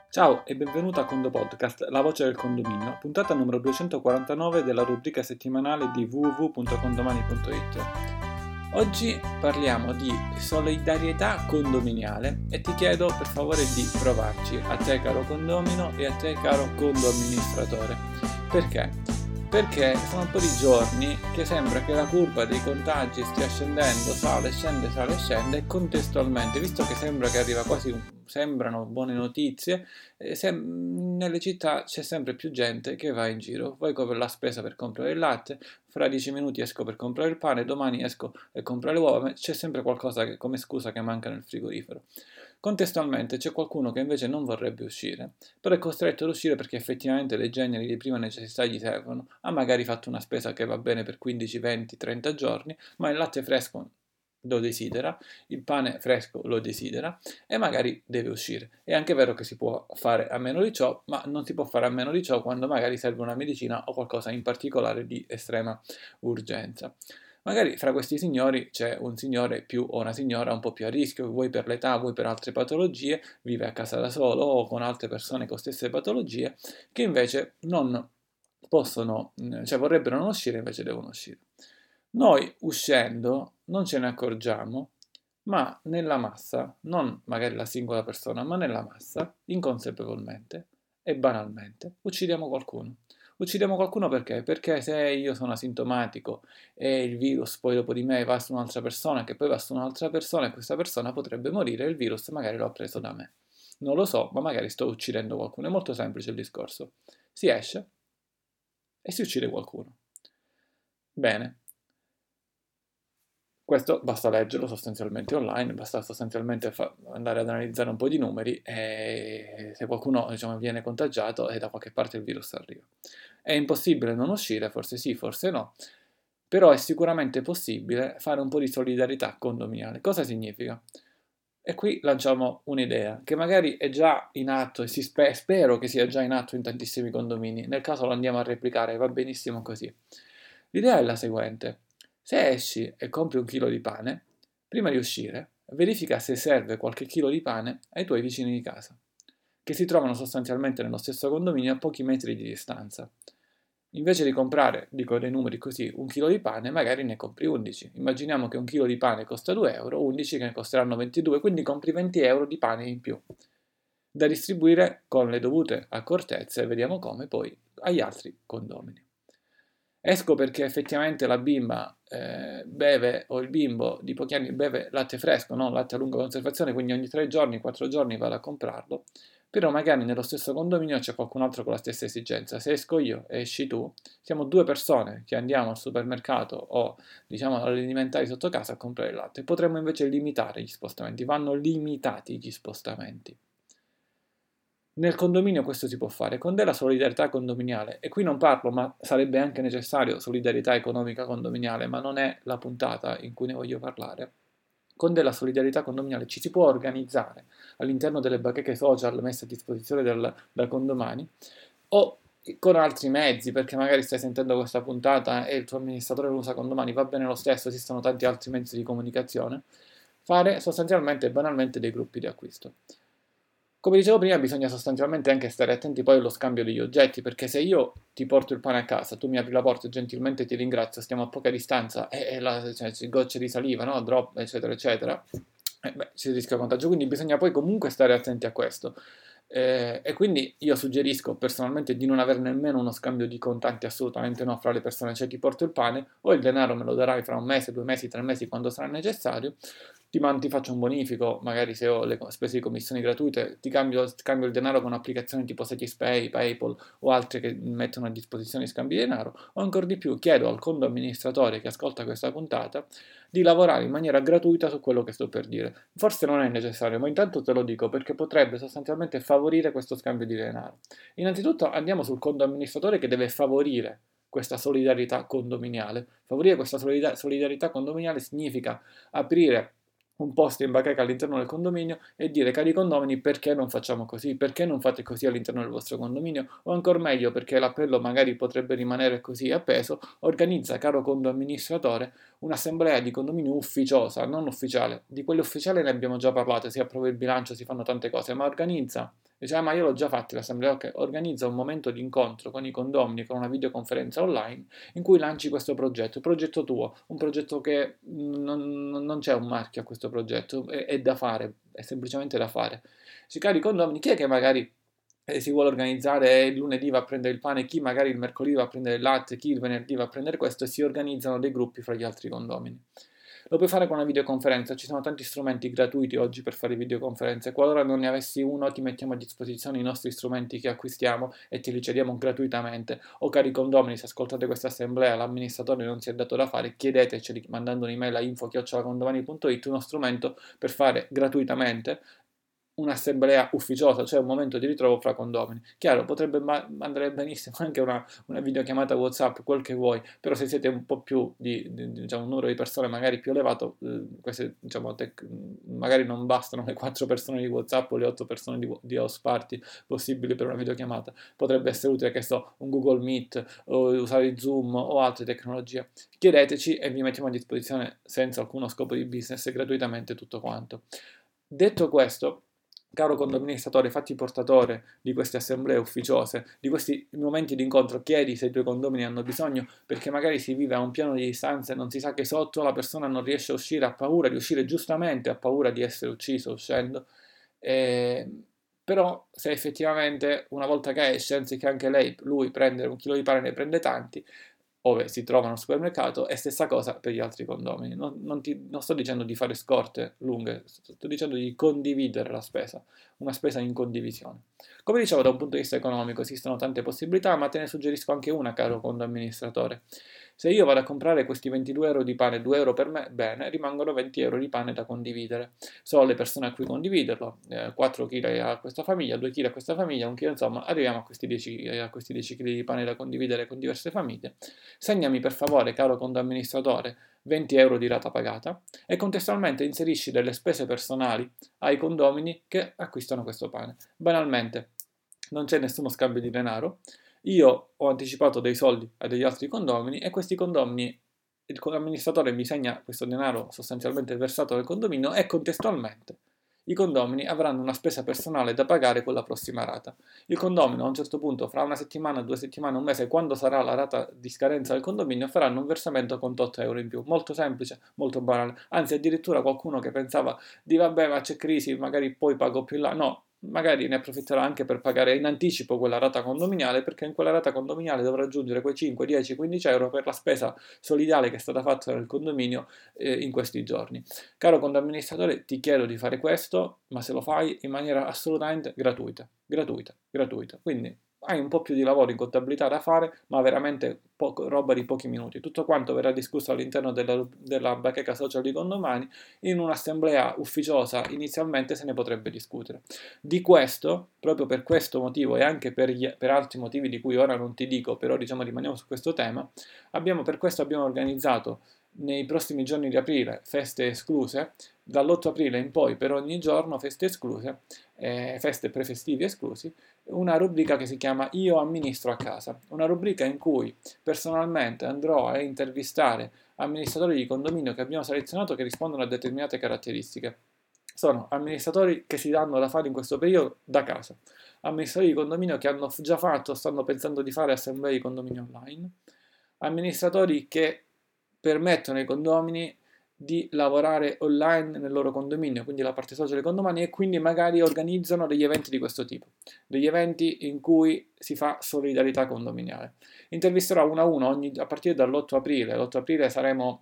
Ciao e benvenuto a Condo Podcast, la voce del condominio, puntata numero 249 della rubrica settimanale di www.condomani.it. Oggi parliamo di solidarietà condominiale e ti chiedo per favore di provarci, a te caro condomino e a te caro condo amministratore. Perché? Perché sono un po' di giorni che sembra che la curva dei contagi stia scendendo, sale, scende e contestualmente, visto che sembra che arriva sembrano buone notizie, nelle città c'è sempre più gente che va in giro. Voi per la spesa per comprare il latte, fra 10 minuti esco per comprare il pane, domani esco per comprare le uova, c'è sempre qualcosa come scusa che manca nel frigorifero. Contestualmente c'è qualcuno che invece non vorrebbe uscire, però è costretto ad uscire perché effettivamente le generi di prima necessità gli servono. Ha magari fatto una spesa che va bene per 15, 20, 30 giorni, ma il latte fresco lo desidera, il pane fresco lo desidera e magari deve uscire. È anche vero che si può fare a meno di ciò, ma non si può fare a meno di ciò quando magari serve una medicina o qualcosa in particolare di estrema urgenza. Magari fra questi signori c'è un signore più o una signora un po' più a rischio, vuoi per l'età, vuoi per altre patologie, vive a casa da solo o con altre persone con stesse patologie, che invece non possono, cioè vorrebbero non uscire, invece devono uscire. Noi uscendo non ce ne accorgiamo, ma nella massa, non magari la singola persona, ma nella massa, inconsapevolmente e banalmente, uccidiamo qualcuno. Uccidiamo qualcuno perché? Perché se io sono asintomatico e il virus poi dopo di me va su un'altra persona, che poi va su un'altra persona e questa persona potrebbe morire e il virus magari l'ho preso da me. Non lo so, ma magari sto uccidendo qualcuno. È molto semplice il discorso. Si esce e si uccide qualcuno. Bene, questo basta leggerlo sostanzialmente online, basta sostanzialmente andare ad analizzare un po' di numeri e se qualcuno diciamo, viene contagiato e da qualche parte il virus arriva. È impossibile non uscire, forse sì, forse no, però è sicuramente possibile fare un po' di solidarietà condominiale. Cosa significa? E qui lanciamo un'idea che magari è già in atto e spero che sia già in atto in tantissimi condomini, nel caso lo andiamo a replicare, va benissimo così. L'idea è la seguente: se esci e compri un chilo di pane, prima di uscire, verifica se serve qualche chilo di pane ai tuoi vicini di casa, che si trovano sostanzialmente nello stesso condominio a pochi metri di distanza. Invece di comprare, dico dei numeri così, un chilo di pane, magari ne compri 11. Immaginiamo che un chilo di pane costa 2 euro, 11 che ne costeranno 22, quindi compri 20 euro di pane in più, da distribuire con le dovute accortezze, vediamo come, poi agli altri condomini. Esco perché effettivamente la bimba beve, o il bimbo di pochi anni beve latte fresco, non latte a lunga conservazione, quindi ogni 3 giorni, 4 giorni vado a comprarlo, però magari nello stesso condominio c'è qualcun altro con la stessa esigenza. Se esco io e esci tu, siamo due persone che andiamo al supermercato o diciamo all'alimentari sotto casa a comprare il latte. Potremmo invece limitare gli spostamenti, vanno limitati gli spostamenti. Nel condominio questo si può fare con della solidarietà condominiale e qui non parlo, ma sarebbe anche necessario solidarietà economica condominiale, ma non è la puntata in cui ne voglio parlare. Con della solidarietà condominiale ci si può organizzare all'interno delle bacheche social messe a disposizione dal condomani o con altri mezzi, perché magari stai sentendo questa puntata e il tuo amministratore lo usa condomani, va bene lo stesso, esistono tanti altri mezzi di comunicazione, fare sostanzialmente e banalmente dei gruppi di acquisto. Come dicevo prima, bisogna sostanzialmente anche stare attenti poi allo scambio degli oggetti, perché se io ti porto il pane a casa, tu mi apri la porta e gentilmente ti ringrazio, stiamo a poca distanza cioè, gocce di saliva, no? Drop, eccetera, eccetera, beh, si rischia contagio, quindi bisogna poi comunque stare attenti a questo. E quindi io suggerisco personalmente di non avere nemmeno uno scambio di contanti, assolutamente no, fra le persone, cioè ti porto il pane o il denaro me lo darai fra un mese, 2 mesi, 3 mesi, quando sarà necessario, ti faccio un bonifico, magari se ho le spese di commissioni gratuite, cambio il denaro con applicazioni tipo Satispay, PayPal o altre che mettono a disposizione scambi di denaro, o ancora di più chiedo al conto amministratore che ascolta questa puntata di lavorare in maniera gratuita su quello che sto per dire. Forse non è necessario, ma intanto te lo dico perché potrebbe sostanzialmente favorire questo scambio di denaro. Innanzitutto andiamo sul conto amministratore che deve favorire questa solidarietà condominiale. Favorire questa solidarietà condominiale significa aprire un post in bacheca all'interno del condominio e dire cari condomini perché non facciamo così, perché non fate così all'interno del vostro condominio o ancora meglio perché l'appello magari potrebbe rimanere così appeso, organizza caro condo amministratore un'assemblea di condominio ufficiosa, non ufficiale, di quelle ufficiali ne abbiamo già parlato, si approva il bilancio, si fanno tante cose, ma organizza Dice, ma io l'ho già fatto l'assemblea, ok, organizza un momento di incontro con i condomini, con una videoconferenza online, in cui lanci questo progetto, il progetto tuo, un progetto che non c'è un marchio a questo progetto, è da fare, è semplicemente da fare. Cari condomini, chi è che magari si vuole organizzare il lunedì va a prendere il pane, chi magari il mercoledì va a prendere il latte, chi il venerdì va a prendere questo e si organizzano dei gruppi fra gli altri condomini. Lo puoi fare con una videoconferenza, ci sono tanti strumenti gratuiti oggi per fare videoconferenze. Qualora non ne avessi uno, ti mettiamo a disposizione i nostri strumenti che acquistiamo e te li cediamo gratuitamente. O cari condomini, se ascoltate questa assemblea, l'amministratore non si è dato da fare, chiedeteceli mandando un'email a info@condomani.it uno strumento per fare gratuitamente un'assemblea ufficiosa, cioè un momento di ritrovo fra condomini. Chiaro, potrebbe andare benissimo anche una videochiamata WhatsApp, quel che vuoi, però se siete un po' più diciamo, un numero di persone magari più elevato, queste, diciamo, magari non bastano le 4 persone di WhatsApp o le 8 persone di house party possibili per una videochiamata. Potrebbe essere utile, che so, un Google Meet o usare Zoom o altre tecnologie. Chiedeteci e vi mettiamo a disposizione senza alcuno scopo di business gratuitamente tutto quanto. Detto questo, caro condoministatore, fatti portatore di queste assemblee ufficiose, di questi momenti di incontro, chiedi se i tuoi condomini hanno bisogno, perché magari si vive a un piano di distanza e non si sa che sotto la persona non riesce a uscire, ha paura di uscire, giustamente ha paura di essere ucciso uscendo. Eh, Però se effettivamente una volta che esce, anziché anche lui prendere un chilo di pane, ne prende tanti, ove si trovano al supermercato, e stessa cosa per gli altri condomini. Non sto dicendo di fare scorte lunghe, sto dicendo di condividere la spesa, una spesa in condivisione. Come dicevo, da un punto di vista economico esistono tante possibilità, ma te ne suggerisco anche una, caro conto amministratore. Se io vado a comprare questi 22 euro di pane, 2 euro per me, bene, rimangono 20 euro di pane da condividere. So le persone a cui condividerlo, 4 kg a questa famiglia, 2 kg a questa famiglia, 1 chilo, insomma, arriviamo a questi 10 kg di pane da condividere con diverse famiglie. Segnami per favore, caro conto amministratore, 20 euro di rata pagata e contestualmente inserisci delle spese personali ai condomini che acquistano questo pane. Banalmente, non c'è nessuno scambio di denaro. Io ho anticipato dei soldi a degli altri condomini e questi condomini, il amministratore mi segna questo denaro sostanzialmente versato dal condominio e contestualmente i condomini avranno una spesa personale da pagare con la prossima rata. Il condomino a un certo punto, fra una settimana, 2 settimane, un mese, quando sarà la rata di scadenza del condominio, faranno un versamento con 8 euro in più. Molto semplice, molto banale. Anzi, addirittura qualcuno che pensava di vabbè, ma c'è crisi, magari poi pago più là. No, magari ne approfitterà anche per pagare in anticipo quella rata condominiale, perché in quella rata condominiale dovrà aggiungere quei 5, 10, 15 euro per la spesa solidale che è stata fatta nel condominio in questi giorni. Caro conto amministratore, ti chiedo di fare questo, ma se lo fai in maniera assolutamente gratuita, gratuita, gratuita. Quindi hai un po' più di lavoro in contabilità da fare, ma veramente roba di pochi minuti. Tutto quanto verrà discusso all'interno della bacheca social di condomani. In un'assemblea ufficiosa inizialmente se ne potrebbe discutere. Di questo, proprio per questo motivo e anche per altri motivi di cui ora non ti dico, però diciamo rimaniamo su questo tema, per questo abbiamo organizzato nei prossimi giorni di aprile feste escluse, dall'8 aprile in poi per ogni giorno feste escluse, feste prefestivi esclusi, una rubrica che si chiama Io amministro a casa, una rubrica in cui personalmente andrò a intervistare amministratori di condominio che abbiamo selezionato che rispondono a determinate caratteristiche. Sono amministratori che si danno da fare in questo periodo da casa, amministratori di condominio che hanno già fatto o stanno pensando di fare assemblee di condominio online, amministratori che permettono ai condomini di lavorare online nel loro condominio, quindi la parte social dei condomini, e quindi magari organizzano degli eventi di questo tipo, degli eventi in cui si fa solidarietà condominiale. Intervisterò uno a uno a partire dall'8 aprile. L'8 aprile saremo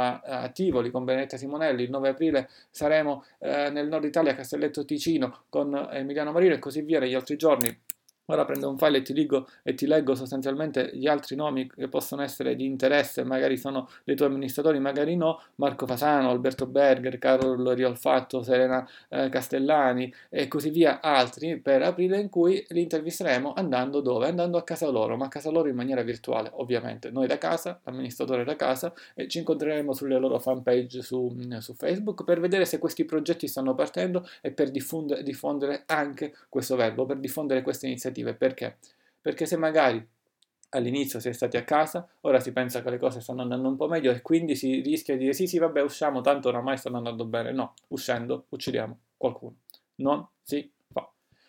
a Tivoli con Benedetta Simonelli, il 9 aprile saremo nel nord Italia a Castelletto Ticino con Emiliano Marino e così via negli altri giorni. Ora prendo un file e ti leggo sostanzialmente gli altri nomi che possono essere di interesse, magari sono dei tuoi amministratori, magari no: Marco Fasano, Alberto Berger, Carlo Riolfatto, Serena Castellani e così via, altri per aprile, in cui li intervisteremo andando dove? Andando a casa loro, ma a casa loro in maniera virtuale, ovviamente. Noi da casa, l'amministratore da casa, e ci incontreremo sulle loro fanpage su Facebook per vedere se questi progetti stanno partendo e per diffondere anche questo verbo, per diffondere queste iniziative. Perché? Perché se magari all'inizio si è stati a casa, ora si pensa che le cose stanno andando un po' meglio e quindi si rischia di dire sì, sì, vabbè, usciamo, tanto oramai stanno andando bene. No, uscendo uccidiamo qualcuno. Non si fa.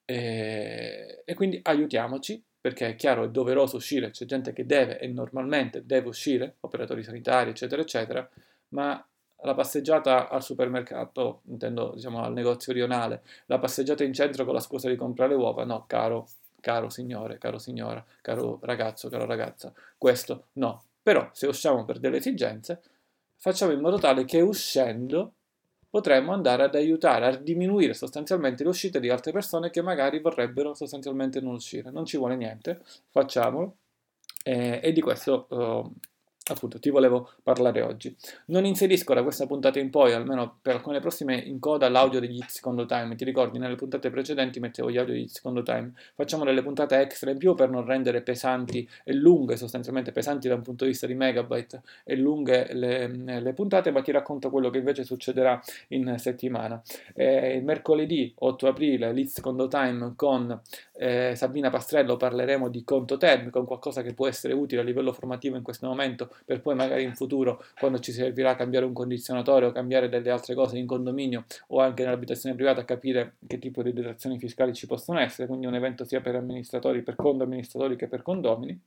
E quindi aiutiamoci, perché è chiaro, è doveroso uscire, c'è gente che deve e normalmente deve uscire, operatori sanitari, eccetera, eccetera, ma la passeggiata al supermercato, intendo, diciamo, al negozio rionale, la passeggiata in centro con la scusa di comprare uova, no, caro signore, caro signora, caro ragazzo, cara ragazza, questo no. Però se usciamo per delle esigenze, facciamo in modo tale che uscendo potremmo andare ad aiutare a diminuire sostanzialmente le uscite di altre persone che magari vorrebbero sostanzialmente non uscire. Non ci vuole niente, facciamolo e di questo appunto ti volevo parlare oggi. Non inserisco da questa puntata in poi, almeno per alcune prossime, in coda l'audio degli secondo time. Ti ricordi, nelle puntate precedenti mettevo gli audio degli secondo time. Facciamo delle puntate extra in più per non rendere pesanti e lunghe, sostanzialmente pesanti da un punto di vista di megabyte e lunghe le puntate, ma ti racconto quello che invece succederà in settimana. Il mercoledì 8 aprile, Lead Secondo Time con Sabina Pastrello, parleremo di conto term, con qualcosa che può essere utile a livello formativo in questo momento, per poi magari in futuro, quando ci servirà cambiare un condizionatore o cambiare delle altre cose in condominio o anche nell'abitazione privata, capire che tipo di detrazioni fiscali ci possono essere, quindi un evento sia per amministratori, per condo amministratori che per condomini.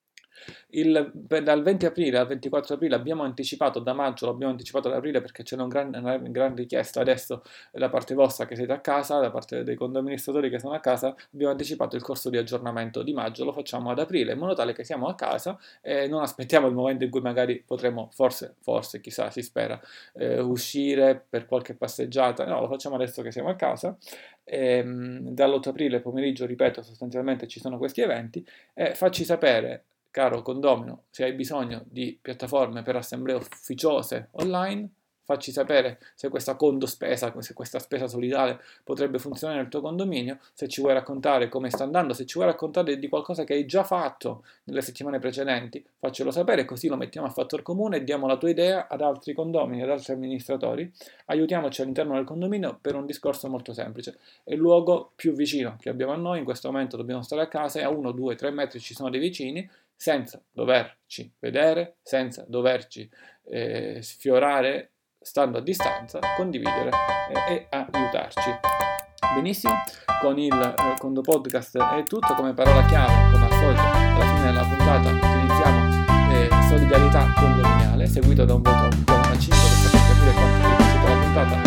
Dal 20 aprile al 24 aprile abbiamo anticipato, da maggio l'abbiamo anticipato ad aprile perché c'è una gran richiesta adesso da parte vostra che siete a casa, da parte dei condoministratori che sono a casa, abbiamo anticipato il corso di aggiornamento di maggio, lo facciamo ad aprile in modo tale che siamo a casa e non aspettiamo il momento in cui magari potremo, forse chissà, si spera, uscire per qualche passeggiata, no, lo facciamo adesso che siamo a casa. Dall'8 aprile pomeriggio, ripeto, sostanzialmente ci sono questi eventi e facci sapere, caro condomino, se hai bisogno di piattaforme per assemblee ufficiose online, facci sapere se questa condospesa, se questa spesa solidale potrebbe funzionare nel tuo condominio, se ci vuoi raccontare come sta andando, se ci vuoi raccontare di qualcosa che hai già fatto nelle settimane precedenti, faccelo sapere, così lo mettiamo a fattor comune e diamo la tua idea ad altri condomini, ad altri amministratori. Aiutiamoci all'interno del condominio per un discorso molto semplice. È il luogo più vicino che abbiamo a noi, in questo momento dobbiamo stare a casa e a 1, 2, 3 metri ci sono dei vicini, senza doverci vedere, senza doverci sfiorare, stando a distanza, condividere e aiutarci. Benissimo, con il Condo Podcast è tutto. Come parola chiave, come al solito, alla fine della puntata utilizziamo solidarietà condominiale, seguito da un voto da una 5 per capire quanto ti è piaciuta la puntata